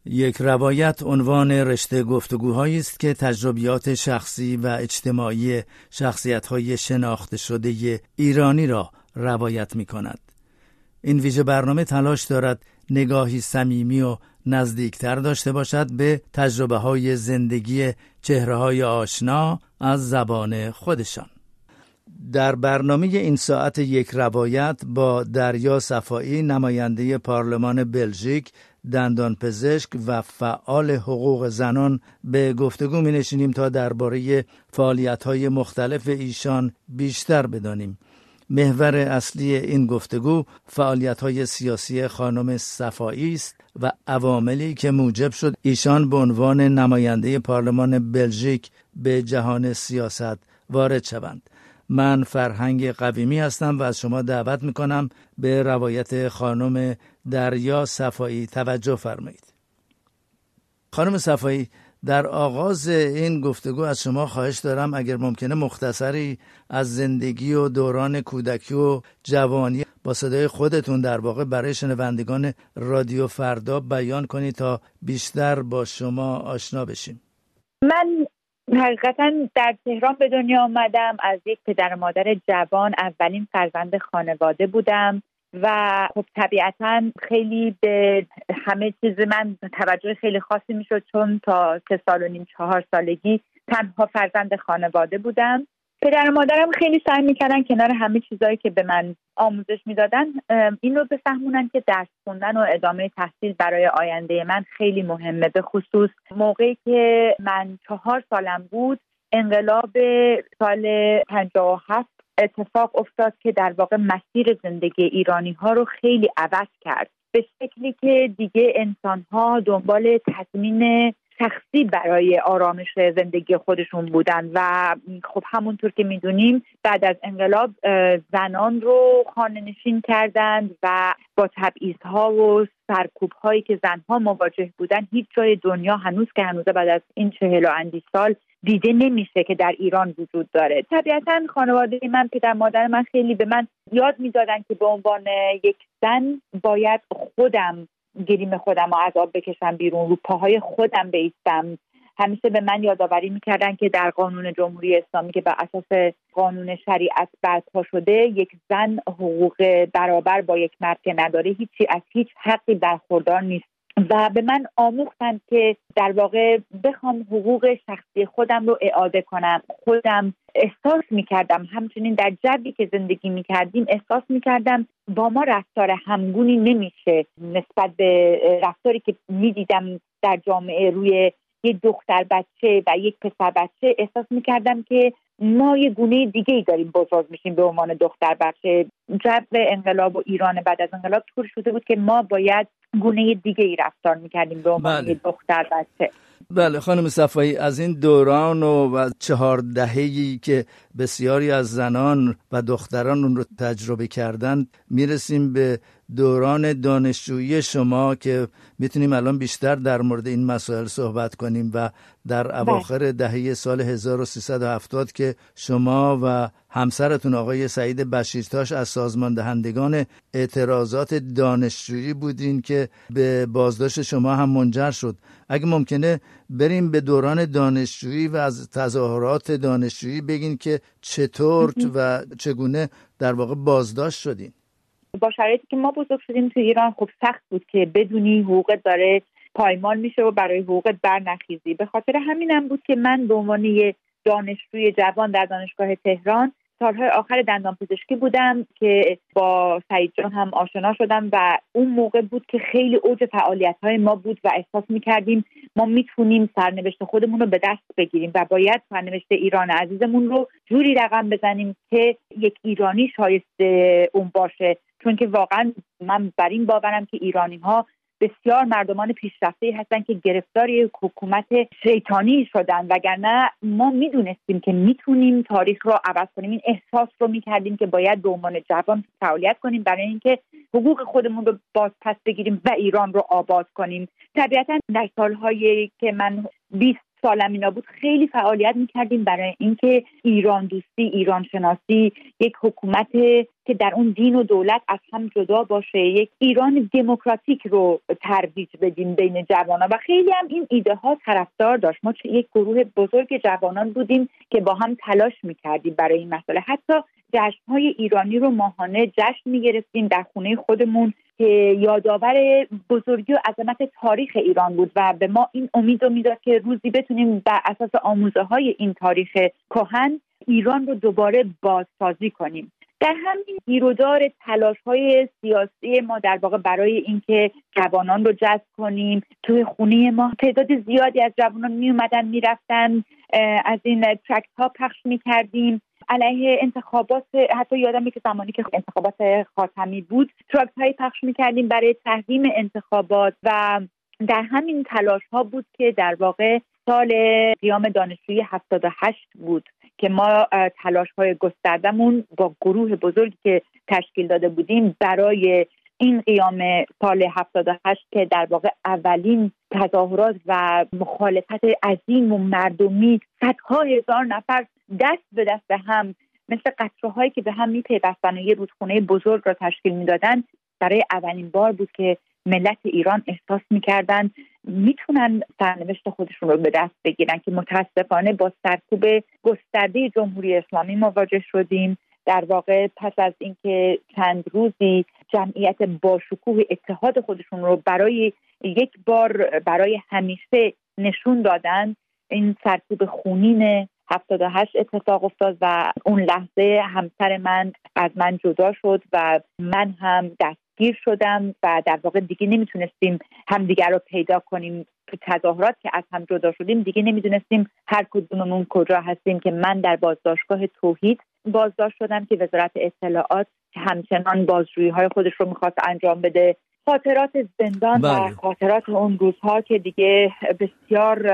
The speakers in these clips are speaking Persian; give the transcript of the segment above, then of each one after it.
یک روایت عنوان رشته گفتگوهایی است که تجربیات شخصی و اجتماعی شخصیت‌های شناخته شده ایرانی را روایت می‌کند. این ویژه برنامه تلاش دارد نگاهی صمیمی و نزدیکتر داشته باشد به تجربه‌های زندگی چهره‌های آشنا از زبان خودشان. در برنامه این ساعت یک روایت با دریا صفایی، نماینده پارلمان بلژیک، دندانپزشک و فعال حقوق زنان به گفتگو می‌نشینیم تا درباره فعالیت‌های مختلف ایشان بیشتر بدانیم. محور اصلی این گفتگو فعالیت‌های سیاسی خانم صفایی است و عواملی که موجب شد ایشان به عنوان نماینده پارلمان بلژیک به جهان سیاست وارد شوند. من فرهنگ قویمی هستم و از شما دعوت میکنم به روایت خانم دریا صفایی توجه فرمایید. خانم صفایی، در آغاز این گفتگو از شما خواهش دارم اگر ممکنه مختصری از زندگی و دوران کودکی و جوانی با صدای خودتون در واقع برای شنوندگان رادیو فردا بیان کنید تا بیشتر با شما آشنا بشیم. من حقیقتا در تهران به دنیا آمدم. از یک پدر و مادر جوان اولین فرزند خانواده بودم و خب طبیعتا خیلی به همه چیز من توجه خیلی خاصی میشد، چون تا 3 سال و نیم 4 سالگی تنها فرزند خانواده بودم. پدر و مادرم خیلی سعی میکردن کنار همه چیزایی که به من آموزش میدادن این رو بفهمونن که درس خوندن و ادامه تحصیل برای آینده من خیلی مهمه. به خصوص موقعی که من 4 سالم بود انقلاب سال 57 اتفاق افتاد که در واقع مسیر زندگی ایرانی ها رو خیلی عوض کرد، به شکلی که دیگه انسان ها دنبال تضمین شخصی برای آرامش زندگی خودشون بودن و خب همونطور که میدونیم بعد از انقلاب زنان رو خانه نشین کردند و با تبعیض‌ها و سرکوب‌هایی که زنها مواجه بودن هیچ جای دنیا هنوز بعد از این 40 و اندی سال دیده نمیشه که در ایران وجود داره. طبیعتاً خانواده من، پدر مادر من خیلی به من یاد میدادن که به عنوان یک زن باید خودم گریم خودم رو از آب بکشم بیرون، رو پاهای خودم بایستم. همیشه به من یادآوری میکردن که در قانون جمهوری اسلامی که بر اساس قانون شریعت برپا شده یک زن حقوق برابر با یک مرد که نداره هیچی از هیچ حقی برخوردار نیست و به من آموختن که در واقع بخوام حقوق شخصی خودم رو اعاده کنم. خودم احساس میکردم همچنین در جوی که زندگی میکردیم احساس میکردم با ما رفتار همگونی نمیشه نسبت به رفتاری که میدیدم در جامعه روی یک دختر بچه و یک پسر بچه. احساس میکردم که ما یه گونه دیگه ای داریم بزرگ میشیم به عنوان دختر بچه. جو انقلاب و ایران بعد از انقلاب طور شده بود که ما باید گونه دیگه ای رفتار میکردیم به عنوان دختر بچه. بله خانم صفایی، از این دوران و 4 دهه‌ای که بسیاری از زنان و دختران اون رو تجربه کردن میرسیم به دوران دانشجویی شما که میتونیم الان بیشتر در مورد این مسائل صحبت کنیم و در اواخر دهه سال 1370 که شما و همسرتون آقای سعید بشیرتاش از سازمان دهندگان اعتراضات دانشجویی بودین که به بازداشت شما هم منجر شد. اگه ممکنه بریم به دوران دانشجویی و از تظاهرات دانشجویی بگین که چطور و چگونه در واقع بازداشت شدین. با شرایطی که ما بزرگ شدیم تو ایران خب سخت بود که بدونی حقوقت داره پایمال میشه و برای حقوقت برنخیزی. به خاطر همینم بود که من به عنوان یه دانشجوی جوان در دانشگاه تهران سالهای آخر دندانپزشکی بودم که با سعید جان هم آشنا شدم و اون موقع بود که خیلی اوج فعالیت‌های ما بود و احساس می‌کردیم ما میتونیم سرنوشت خودمون رو به دست بگیریم و باید سرنوشت ایران عزیزمون رو جوری رقم بزنیم که یک ایرانی شایسته اون باشه. چون که واقعا من بر این باورم که ایرانی‌ها بسیار مردمان پیشرفته‌ای هستن که گرفتار یک حکومت شیطانی شدن، وگرنه ما میدونستیم که میتونیم تاریخ رو عوض کنیم. این احساس رو میکردیم که باید به عنوان جوان فعالیت کنیم برای اینکه حقوق خودمون رو باز پس بگیریم و ایران رو آباد کنیم. طبیعتا در سالهایی که من 20 سالمی نابود خیلی فعالیت میکردیم برای اینکه ایران دوستی، ایران شناسی، یک حکومت که در اون دین و دولت از هم جدا باشه، یک ایران دموکراتیک رو ترویج بدیم بین جوانان و خیلی هم این ایده ها طرفدار داشت. ما یک گروه بزرگ جوانان بودیم که با هم تلاش میکردیم برای این مسئله. حتی جشن‌های ایرانی رو ماهانه جشن میگرفتیم در خونه خودمون که یادآور بزرگی و عظمت تاریخ ایران بود و به ما این امید رو میداد که روزی بتونیم بر اساس آموزه‌های این تاریخ کهن ایران رو دوباره بازسازی کنیم. در همین گیرودار تلاش‌های سیاسی ما در واقع برای اینکه جوانان رو جذب کنیم، توی خونه ما تعداد زیادی از جوانان می اومدن میرفتن، از این ترکت ها پخش میکردیم علیه انتخابات. حتی یادمه که زمانی که انتخابات خاتمی بود ترکت هایی پخش میکردیم برای تحریم انتخابات و در همین تلاش ها بود که در واقع سال قیام دانشجویی 78 بود که ما تلاش‌های گستردمون با گروه بزرگی که تشکیل داده بودیم برای این قیام سال 78 که در واقع اولین تظاهرات و مخالفت عظیم و مردمی، صدها هزار نفر دست به دست هم مثل قطره‌هایی که به هم می‌پیوستن و یه رودخونه بزرگ را تشکیل می‌دادن، برای اولین بار بود که ملت ایران احساس می‌کردن میتونن سرنوشت خودشون رو به دست بگیرن که متاسفانه با سرکوب گسترده جمهوری اسلامی مواجه شدیم. در واقع پس از اینکه چند روزی جمعیت باشکوه اتحاد خودشون رو برای یک بار برای همیشه نشون دادن، این سرکوب خونین 78 اتفاق افتاد و اون لحظه همسر من از من جدا شد و من هم دستگیر شدم و در واقع دیگه نمیتونستیم همدیگر رو پیدا کنیم. تو تظاهرات که از هم جدا شدیم دیگه نمیدونستیم هر کدوممون کجا هستیم که من در بازداشتگاه توحید بازداشت شدم که وزارت اطلاعات همچنان بازجویی‌های خودش رو می‌خواست انجام بده. خاطرات زندان و خاطرات اون روزها که دیگه بسیار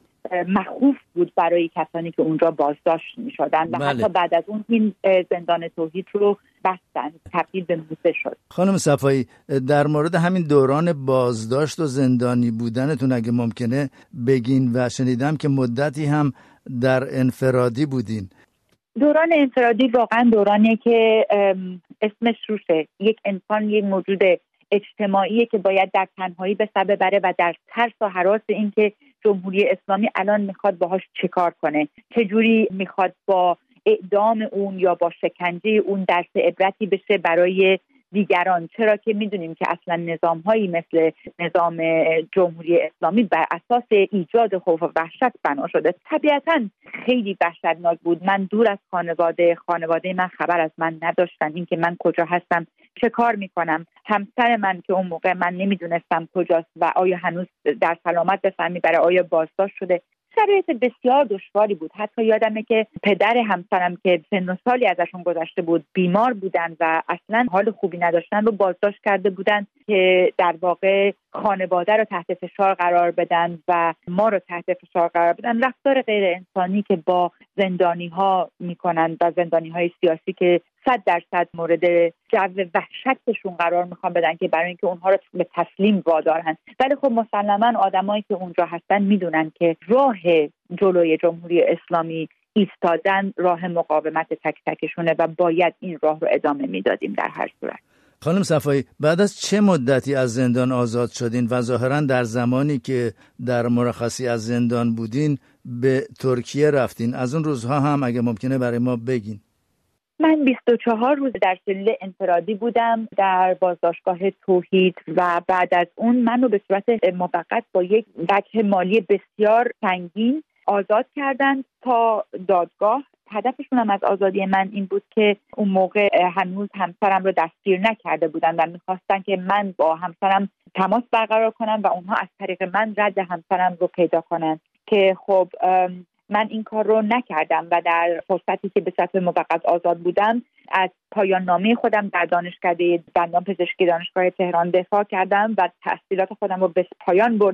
مخوف بود برای کسانی که اونجا بازداشت می‌شدن و حتی بعد از اون این زندان توحید رو بستن، تبدیل به موزه شد. خانم صفایی، در مورد همین دوران بازداشت و زندانی بودنتون اگه ممکنه بگین و شنیدم که مدتی هم در انفرادی بودین. دوران انفرادی واقعا دورانیه که اسمش روشه. یک انسان یک موجود اجتماعیه که باید در تنهایی به سر ببره و در ترس و هراس این که جمهوری اسلامی الان میخواد باهاش چیکار کنه، چجوری میخواد با اعدام اون یا با شکنجه اون درس عبرتی بشه برای دیگران، چرا که میدونیم که اصلا نظام‌هایی مثل نظام جمهوری اسلامی بر اساس ایجاد خوف و وحشت بنا شده. طبیعتاً خیلی وحشتناک بود. من دور از خانواده من خبر از من نداشتن، این که من کجا هستم، چه کار میکنم. همسر من که اون موقع من نمیدونستم کجاست و آیا هنوز در سلامت به سر میبره، آیا بازداشت شده. شرایط بسیار دشواری بود. حتی یادمه که پدر همسرم که سن و سالی ازشون گذشته بود بیمار بودن و اصلا حال خوبی نداشتن رو بازداشت کرده بودن که در واقع خانواده رو تحت فشار قرار بدن و ما رو تحت فشار قرار بدن. رفتار غیر انسانی که با زندانی ها میکنن و زندانی های سیاسی که 100% مورد جو وحشتشون قرار میخوان بدن که برای اینکه اونها رو به تسلیم وادارن. ولی خب مسلماً آدمایی که اونجا هستن میدونن که راه جلوی جمهوری اسلامی ایستادن راه مقاومت تک تکشونه و باید این راه رو ادامه میدادیم در هر صورت. خانم صفایی، بعد از چه مدتی از زندان آزاد شدین و ظاهراً در زمانی که در مرخصی از زندان بودین به ترکیه رفتین؟ از اون روزها هم اگه ممکنه برای ما بگین. من 24 روز در سلول انفرادی بودم در بازداشتگاه توحید و بعد از اون منو به صورت موقت با یک وجه مالی بسیار سنگین آزاد کردند تا دادگاه. هدفشون هم از آزادی من این بود که اون موقع هنوز همسرم رو دستگیر نکرده بودن و میخواستن که من با همسرم تماس برقرار کنم و اونها از طریق من رد همسرم رو پیدا کنن که خب من این کار رو نکردم و در فرصتی که به صورت موقت آزاد بودم از پایان نامه خودم در دانشکده دندان پزشکی دانشگاه تهران دفاع کردم و تحصیلات خودم رو به پایان بردم.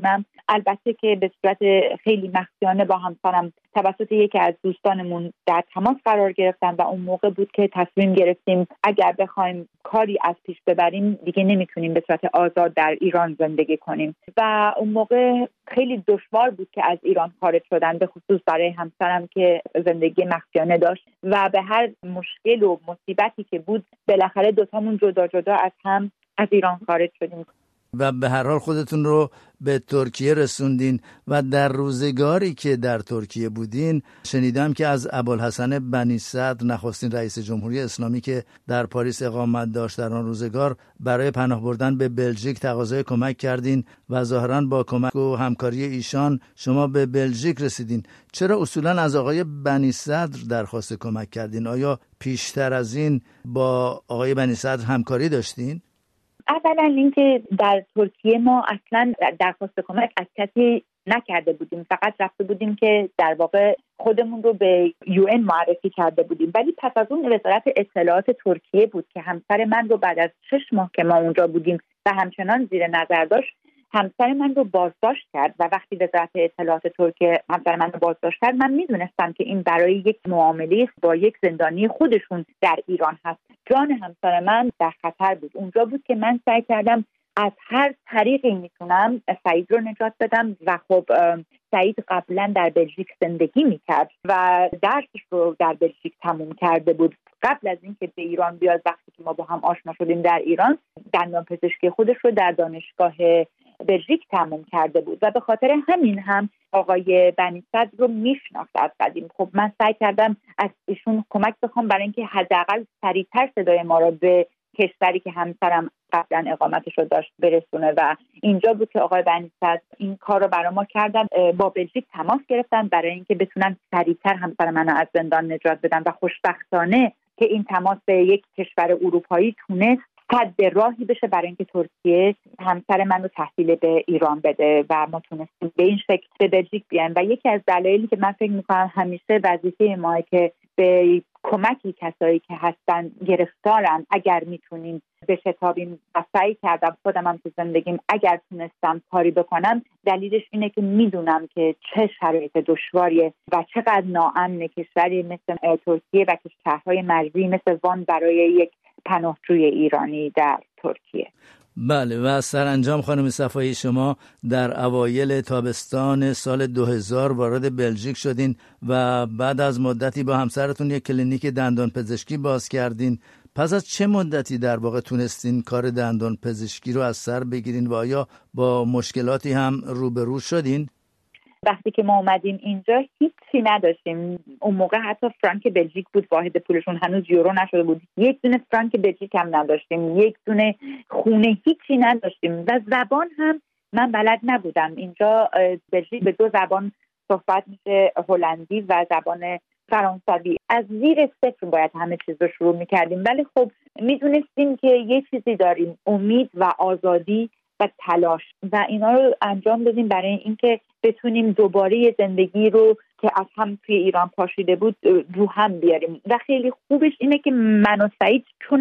البته که به صورت خیلی مخفیانه با همسرم توسط یکی از دوستانمون در تماس قرار گرفتن و اون موقع بود که تصمیم گرفتیم اگر بخوایم کاری از پیش ببریم دیگه نمیتونیم به صورت آزاد در ایران زندگی کنیم و اون موقع خیلی دشوار بود که از ایران خارج شدن، به خصوص برای همسرم که زندگی مخفیانه داشت و به هر مشکل و مصیبتی که بود بالاخره دوتامون جدا جدا از هم از ایران خارج شدیم. و به هر حال خودتون رو به ترکیه رسوندین و در روزگاری که در ترکیه بودین شنیدم که از ابوالحسن بنی صدر نخستین رئیس جمهوری اسلامی که در پاریس اقامت داشت در آن روزگار برای پناه بردن به بلژیک تقاضای کمک کردین و ظاهراً با کمک و همکاری ایشان شما به بلژیک رسیدین. چرا اصولاً از آقای بنی صدر درخواست کمک کردین؟ آیا پیشتر از این با آقای بنی صدر همکاری داشتین؟ اولا اینکه در ترکیه ما اصلا درخواست کمک از کسی نکرده بودیم، فقط رفته بودیم که در واقع خودمون رو به UN معرفی کرده بودیم. ولی پس از اون وزارت اطلاعات ترکیه بود که همسر من رو بعد از 6 ماه که ما اونجا بودیم و همچنان زیر نظر داشت، همسر من رو بازداشت کرد و وقتی وزارت اطلاعات ترکیه همسر من رو بازداشت کرد من میدونستم که این برای یک معامله با یک زندانی خودشون در ایران هست. جان همسر من در خطر بود. اونجا بود که من سعی کردم از هر طریقی میتونم سعید رو نجات بدم و خب سعید قبلا در بلژیک زندگی میکرد و درسش رو در بلژیک تموم کرده بود. قبل از اینکه به ایران بیاد، وقتی که ما با هم آشنا شدیم در ایران، دندانپزشکی خودش رو در دانشگاه بلژیک تموم کرده بود و به خاطر همین هم آقای بنی صدر رو میشناخت از قدیم. خب من سعی کردم از ایشون کمک بخوام برای اینکه حداقل سریعتر صدای ما رو به کشوری که همسرم قبلا اقامتش رو داشت برسونه و اینجا بود که آقای بنی صدر این کار رو برای ما کردن، با بلژیک تماس گرفتن برای اینکه بتونن سریعتر همسر منو از زندان نجات بدن و خوشبختانه که این تماس به یک کشور اروپایی تونست سد راهی بشه برای اینکه ترکیه همسر من رو تحویل به ایران بده و ما تونستیم به این شکل به بلژیک بیایم. و یکی از دلایلی که من فکر میکنم همیشه وظیفه ما که به کمکی کسایی که هستن گرفتارن اگر میتونیم بشتابیم و سعی کردم خودم هم تو زندگیم اگر تونستم کاری بکنم، دلیلش اینه که میدونم که چه شرایط دشواریه و چقدر ناامن کشوری مثل ترکیه و کشورهای مرزی مثل وان برای یک پناهجوی ایرانی در ترکیه. بله و سرانجام خانم صفایی شما در اوایل تابستان سال 2000 وارد بلژیک شدین و بعد از مدتی با همسرتون یک کلینیک دندان پزشکی باز کردین. پس از چه مدتی در واقع تونستین کار دندان پزشکی رو از سر بگیرین و آیا با مشکلاتی هم روبرو شدین؟ وقتی که ما اومدیم اینجا هیچی نداشتیم. اون موقع حتی فرانک بلژیک بود واحد پولشون، هنوز یورو نشده بود. یک دونه فرانک بلژیک هم نداشتیم، یک دونه خونه، هیچی نداشتیم و زبان هم من بلد نبودم. اینجا بلژیک به 2 زبان صحبت میشه، هلندی و زبان فرانسوی. از زیر صفر باید همه چیز رو شروع میکردیم، ولی خب میدونستیم که یه چیزی داریم، امید و آزادی و تلاش و اینا رو انجام دادیم برای اینکه بتونیم دوباره زندگی رو که از هم توی ایران پاشیده بود رو هم بیاریم. و خیلی خوبش اینه که من و سعید چون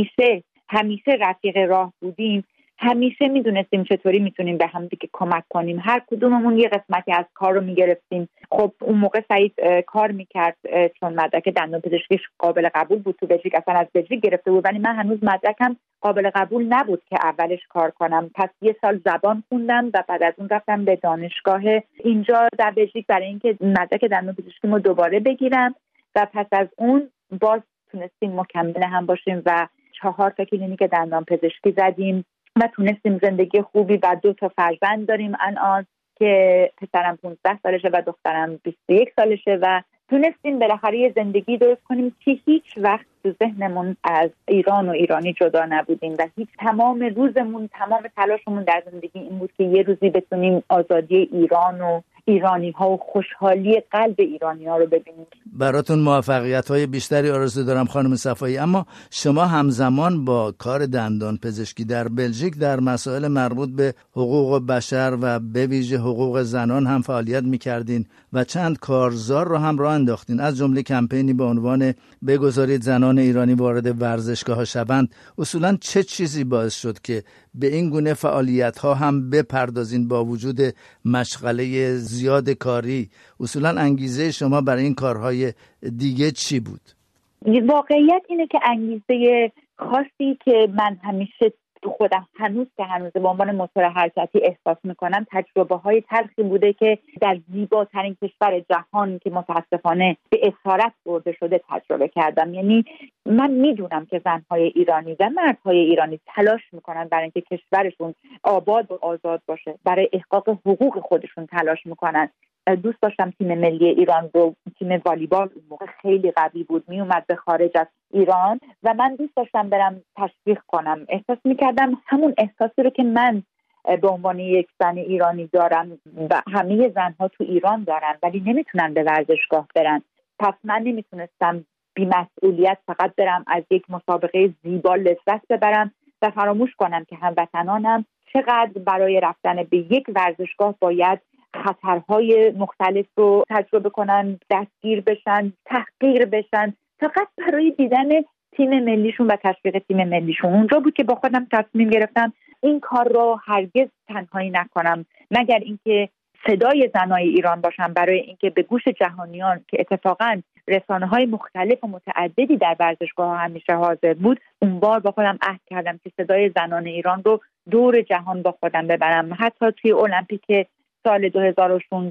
همیشه رفیق راه بودیم، همیشه میدونستیم چطوری میتونیم به هم دیگه کمک کنیم. هر کدوممون یه قسمتی از کار رو میگرفتیم. خب اون موقع سعید کار میکرد چون مدرک دندانپزشکیش قابل قبول بود تو بلژیک، اصلا از بلژیک گرفته بود، ولی من هنوز مدرکم قابل قبول نبود که اولش کار کنم. پس 1 سال زبان خوندم و بعد از اون رفتم به دانشگاه اینجا در بلژیک برای اینکه مدرک دندانپزشکیمو دوباره بگیرم و پس از اون باز تونستیم مکمل هم باشیم و 4 تا کلینیک دندانپزشکی زدیم و تونستیم زندگی خوبی و 2 تا فرزند داریم الان که پسرم 15 سالشه و دخترم 21 سالشه و تونستیم بالاخره یه زندگی درست کنیم که هیچ وقت تو ذهنمون از ایران و ایرانی جدا نبودیم و هیچ تمام روزمون، تمام تلاشمون در زندگی این بود که یه روزی بتونیم آزادی ایران و ایرانی ها و خوشحالی قلب ایرانی ها رو ببینیم. براتون موفقیت های بیشتری آرزو دارم خانم صفایی. اما شما همزمان با کار دندان پزشکی در بلژیک در مسائل مربوط به حقوق بشر و به ویژه حقوق زنان هم فعالیت می‌کردین و چند کارزار رو هم راه انداختین، از جمله کمپینی به عنوان بگذارید زنان ایرانی وارد ورزشگاه‌ها شوند. اصولاً چه چیزی باعث شد که به این گونه فعالیت‌ها هم بپردازین با وجود مشغله زیاد کاری؟ اصولاً انگیزه شما برای این کارهای دیگه چی بود؟ واقعیت اینه که انگیزه خاصی که من همیشه تو خودم هنوز به عنوان موتور حرکتی احساس میکنم تجربه‌های تلخی بوده که در زیباترین کشور جهان که متاسفانه به اسارت برده شده تجربه کردم. یعنی من میدونم که زنهای ایرانی و مردهای ایرانی تلاش میکنن برای اینکه کشورشون آباد و آزاد باشه، برای احقاق حقوق خودشون تلاش میکنن. دوست داشتم تیم ملی ایران رو، تیم والیبال اون موقع خیلی قوی بود، می اومد به خارج از ایران و من دوست داشتم برم تشویق کنم. احساس میکردم همون احساسی رو که من به عنوان یک زن ایرانی دارم و همه زنها تو ایران دارن ولی نمیتونن به ورزشگاه برن. پس من نمیتونستم بی‌مسئولیت فقط برم از یک مسابقه زیبا لذت ببرم و فراموش کنم که هموطنانم چقدر برای رفتن به یک ورزشگاه باید خطرهای مختلف رو تجربه کنن، دستگیر بشن، تحقیر بشن، فقط برای دیدن تیم ملیشون و تشویق تیم ملیشون. اونجا بود که با خودم تصمیم گرفتم این کار رو هرگز تنهایی نکنم، مگر اینکه صدای زنای ایران باشم برای اینکه به گوش جهانیان که اتفاقاً رسانه‌های مختلف و متعددی در ورزشگاه همیشه حاضر بود. اون بار با خودم عهد کردم که صدای زنان ایران رو دور جهان با خودم ببرم. حتی توی المپیک سال 2016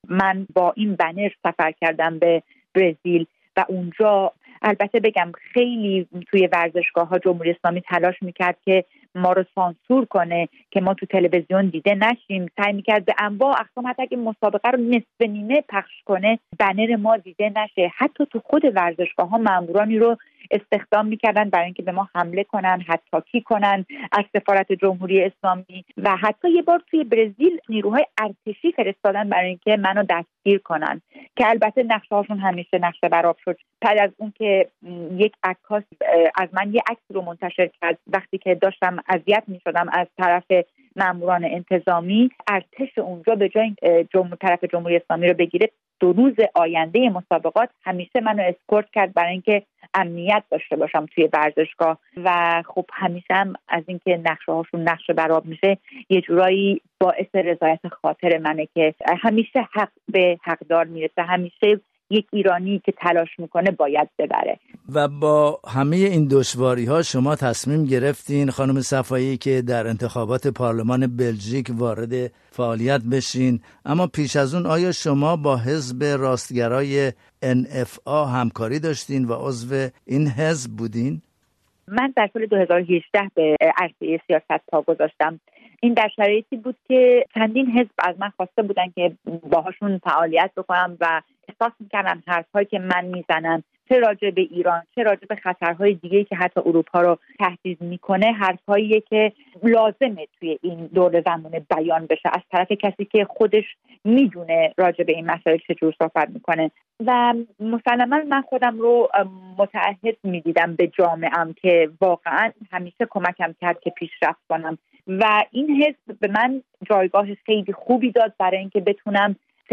من با این بنر سفر کردم به برزیل و اونجا البته بگم خیلی توی ورزشگاه‌ها جمهوری اسلامی تلاش میکرد که ما رو سانسور کنه که ما تو تلویزیون دیده نشیم. سعی میکرد به انواع اقسام حتی اگه مسابقه رو نصف نیمه پخش کنه بنر ما دیده نشه. حتی تو خود ورزشگاه‌ها مامورانی رو استخدام میکردن برای اینکه به ما حمله کنن، حتی کنن از سفارت جمهوری اسلامی و حتی یه بار توی برزیل نیروهای ارتشی فرستادن برای اینکه منو دستگیر کنن که البته نقشه‌هاشون همیشه نقشه براب شد. بعد از اون که یک عکاس از من یه عکس رو منتشر کرد وقتی که داشتم اذیت میشدم از طرف ماموران انتظامی، ارتش اونجا به جای طرف جمهوری اسلامی رو بگیره 2 روز آینده مسابقات همیشه منو اسکورت کرد برای اینکه امنیت داشته باشم توی ورزشگاه. و خب همیشه هم از اینکه نقشه‌هاشون نقشه براب میشه یه جورایی باعث رضایت خاطر منه که همیشه حق به حقدار میرسه، همیشه یک ایرانی که تلاش میکنه باید ببره. و با همه این دشواری‌ها شما تصمیم گرفتین خانم صفایی که در انتخابات پارلمان بلژیک وارد فعالیت بشین. اما پیش از اون آیا شما با حزب راستگرای NFA همکاری داشتین و عضو این حزب بودین؟ من در سال 2018 به عرصه سیاست پا گذاشتم. این در شرایطی بود که چندین حزب از من خواسته بودن که باهاشون فعالیت بکنم و احساس می‌کردم حرف‌هایی که من میزنم چه راجع به ایران چه راجع به خطرهای دیگه‌ای که حتی اروپا رو تهدید میکنه حرفاییه که لازمه توی این دور زمان بیان بشه از طرف کسی که خودش میدونه راجع به این مسائل چجور صحبت میکنه. و مسلماً من خودم رو متعهد میدیدم به جامعه‌ام که واقعاً همیشه کمکم کرد که پیشرفت کنم و این حزب به من جایگاه خیلی خوبی داد برای اینکه بتونم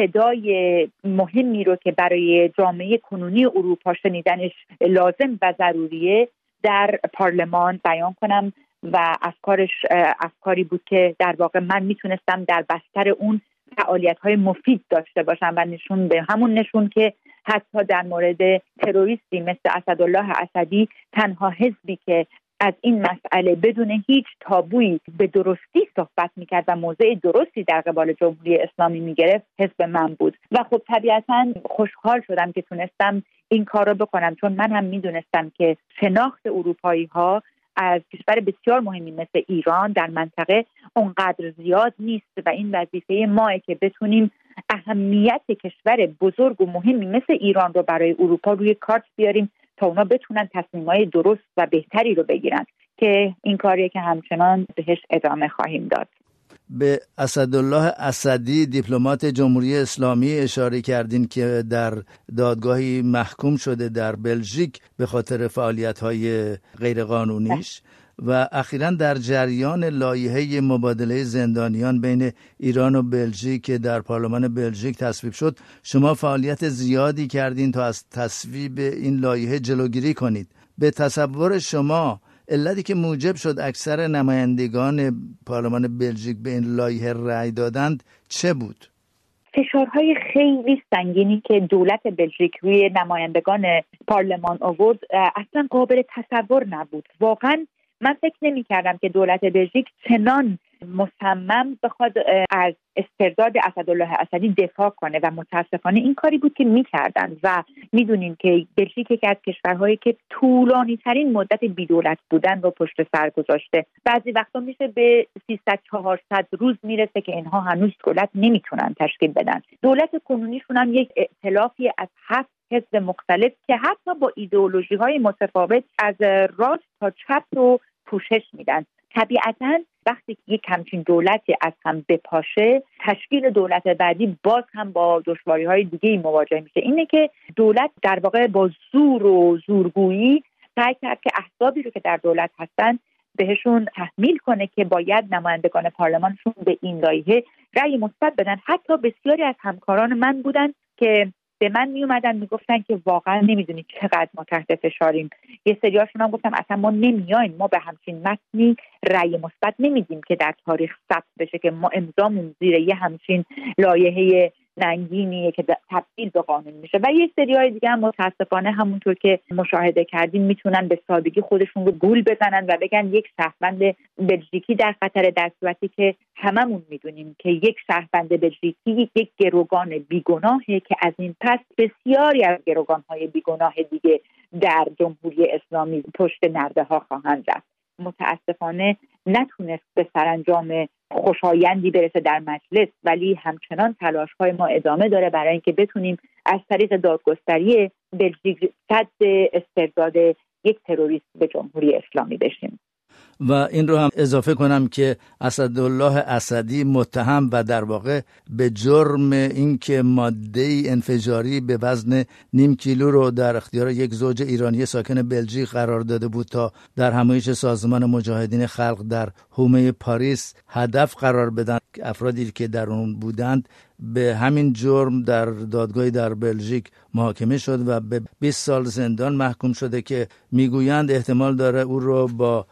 صدای مهمی رو که برای جامعه کنونی اروپا شنیدنش لازم و ضروریه در پارلمان بیان کنم و افکاری بود که در واقع من میتونستم در بستر اون فعالیت‌های مفید داشته باشم و نشون که حتی در مورد تروریستی مثل اسدالله اسدی تنها حزبی که از این مسئله بدون هیچ تابویی به درستی صحبت میکرد و موضع درستی در قبال جمهوری اسلامی میگرفت حزب من بود. و خب طبیعتاً خوشحال شدم که تونستم این کار رو بکنم، چون من هم میدونستم که شناخت اروپایی ها از کشور بسیار مهمی مثل ایران در منطقه اونقدر زیاد نیست و این وظیفه ماه که بتونیم اهمیت کشور بزرگ و مهمی مثل ایران رو برای اروپا روی کارت بیاریم تا اونا بتونن تصمیم‌های درست و بهتری رو بگیرن، که این کاریه که همچنان بهش ادامه خواهیم داد. به اسدالله اسدی دیپلمات جمهوری اسلامی اشاره کردین که در دادگاهی محکوم شده در بلژیک به خاطر فعالیت‌های غیرقانونیش و اخیراً در جریان لایحه مبادله زندانیان بین ایران و بلژیک که در پارلمان بلژیک تصویب شد. شما فعالیت زیادی کردین تا از تصویب این لایحه جلوگیری کنید. به تصور شما علتی که موجب شد اکثر نمایندگان پارلمان بلژیک به این لایحه رأی دادند چه بود؟ فشارهای خیلی سنگینی که دولت بلژیک روی نمایندگان پارلمان آورد اصلا قابل تصور نبود. واقعا من فکر نمی کردم که دولت بلژیک چنان مصمم بخواد از استرداد اسدالله اسدی دفاع کنه و متاسفانه این کاری بود که میکردن و میدونیم که بلژیک یکی از کشورهایی که طولانی ترین مدت بی دولت بودن رو پشت سر گذاشته. بعضی وقتا میشه به 300-400 روز میرسه که اینها هنوز دولت نمیتونن تشکیل بدن. دولت کنونیشون هم یک ائتلافی از 7 حزب مختلف که حتی با ایدئولوژی‌های متفاوت از راست تا چپ رو پوشش میدن. طبیعتاً وقتی یک همچین دولتی از هم بپاشه، تشکیل دولت بعدی باز هم با دشواری‌های دیگه‌ای مواجه میشه. اینه که دولت در واقع با زور و زورگویی سعی کرد که احزابی رو که در دولت هستن بهشون تحمیل کنه که باید نمایندگان پارلمانشون به این لایحه رأی مثبت بدن. حتی بسیاری از همکاران من بودن که به من می اومدن میگفتن که واقعا نمیدونی چقدر ما تحت فشاریم. یه سریاشون هم گفتم اصلا ما نمیایم، ما به همچین متنی رأی مثبت نمیدیم که در تاریخ ثبت بشه که ما امضامون زیر یه همچین لایحه ننگینیه که تبدیل به قانون میشه. و یه سریای دیگه هم متاسفانه همونطور که مشاهده کردیم میتونن به سادگی خودشون رو گول بزنن و بگن یک شهروند بلژیکی در خطر، در صورتی که هممون میدونیم که یک شهروند بلژیکی یک گروگان بیگناهه که از این پس بسیاری از گروگان‌های بیگناه دیگه در جمهوری اسلامی پشت نرده‌ها خواهند رفت. متاسفانه نتونست به سرانجام خوشایندی برسه در مجلس، ولی همچنان تلاش‌های ما ادامه داره برای اینکه بتونیم از طریق دادگستری بلژیک صد استرداد یک تروریست به جمهوری اسلامی بشیم. و این رو هم اضافه کنم که اسدالله اسدی متهم و در واقع به جرم اینکه ماده انفجاری به وزن 0.5 کیلو رو در اختیار یک زوج ایرانی ساکن بلژیک قرار داده بود تا در همایش سازمان مجاهدین خلق در حومه پاریس هدف قرار بدن افرادی که در اون بودند، به همین جرم در دادگاهی در بلژیک محاکمه شد و به 20 سال زندان محکوم شده که میگویند احتمال داره او رو با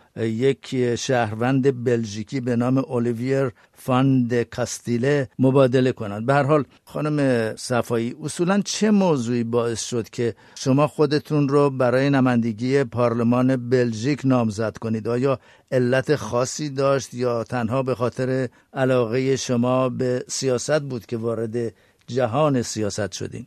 یک شهروند بلژیکی به نام اولیویر فان د کاستیله مبادله کنند. به هر حال خانم صفایی، اصولا چه موضوعی باعث شد که شما خودتون رو برای نمایندگی پارلمان بلژیک نامزد کنید؟ آیا علت خاصی داشت یا تنها به خاطر علاقه شما به سیاست بود که وارد جهان سیاست شدین؟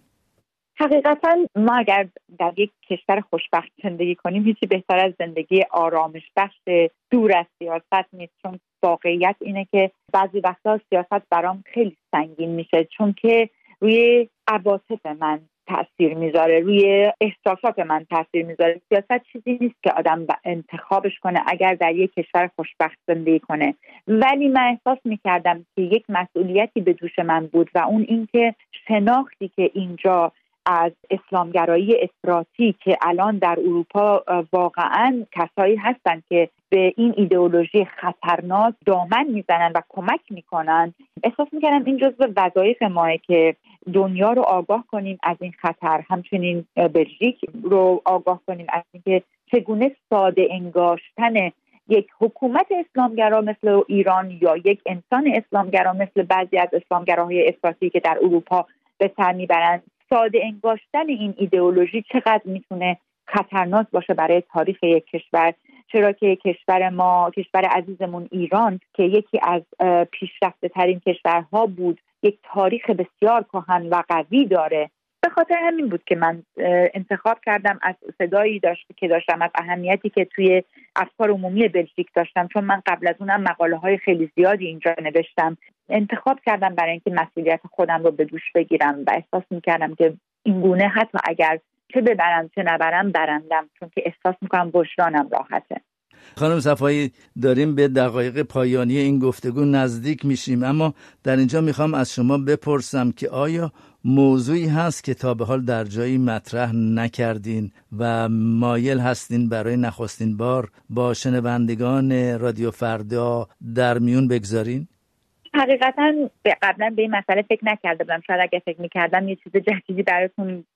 حقیقتا ما اگر در یک کشور خوشبخت زندگی کنیم، هیچی بهتر از زندگی آرامش بخش دور از سیاست نیست. چون واقعیت اینه که بعضی وقتا سیاست برام خیلی سنگین میشه، چون که روی عواطف من تأثیر میذاره، روی احساسات من تأثیر میذاره. سیاست چیزی نیست که آدم انتخابش کنه اگر در یک کشور خوشبخت زندگی کنه. ولی من احساس میکردم که یک مسئولیتی به دوش من بود و اون این که شناختی که اینجا از اسلامگرایی افراطی که الان در اروپا واقعا کسایی هستن که به این ایدئولوژی خطرناک دامن میزنن و کمک میکنن، احساس میکنم این جزو وظایف ماه که دنیا رو آگاه کنیم از این خطر، همچنین بلژیک رو آگاه کنیم از اینکه چگونه ساده انگاشتن یک حکومت اسلامگرا مثل ایران یا یک انسان اسلامگرا مثل بعضی از اسلامگراهای افراطی که در اروپا به سر میبرند، ساده انگاشتن این ایدئولوژی چقدر میتونه خطرناک باشه برای تاریخ یک کشور. چرا که کشور ما، کشور عزیزمون ایران که یکی از پیشرفته ترین کشورها بود، یک تاریخ بسیار کهن و قوی داره. به خاطر همین بود که من انتخاب کردم از صدایی که داشتم، از اهمیتی که توی افکار عمومی بلژیک داشتم، چون من قبل از اونم مقاله های خیلی زیادی اینجا نوشتم. انتخاب کردم برای اینکه مسئولیت خودم رو به دوش بگیرم و احساس میکردم که این گونه حتی اگر چه ببرم چه نبرم برندم، چون که احساس میکنم وجدانم راحته. خانم صفایی، داریم به دقایق پایانی این گفتگو نزدیک میشیم، اما در اینجا میخوام از شما بپرسم که آیا موضوعی هست که تا به حال در جایی مطرح نکردین و مایل هستین برای نخستین بار با شنوندگان رادیو فردا در میون بگذارین؟ حقیقتا قبلا به این مسئله فکر نکرده بودم. شاید اگه فکر میکردم یه چیز جدیدی براتون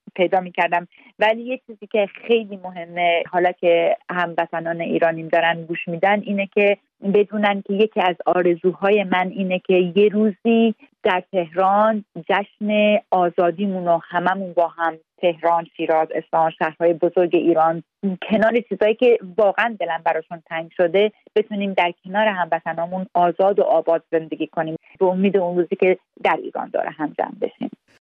پیدا میکردم. ولی یه چیزی که خیلی مهمه حالا که هموطنان ایرانیم دارن گوش میدن اینه که بدونن که یکی از آرزوهای من اینه که یه روزی در تهران جشن آزادیمون رو هممون با هم، تهران، شیراز، اصفهان، شهرهای بزرگ ایران، کنار چیزایی که واقعا دلم براشون تنگ شده، بتونیم در کنار هموطنامون آزاد و آباد زندگی کنیم به امید اون روزی که در ایران داره هم جمع بشیم.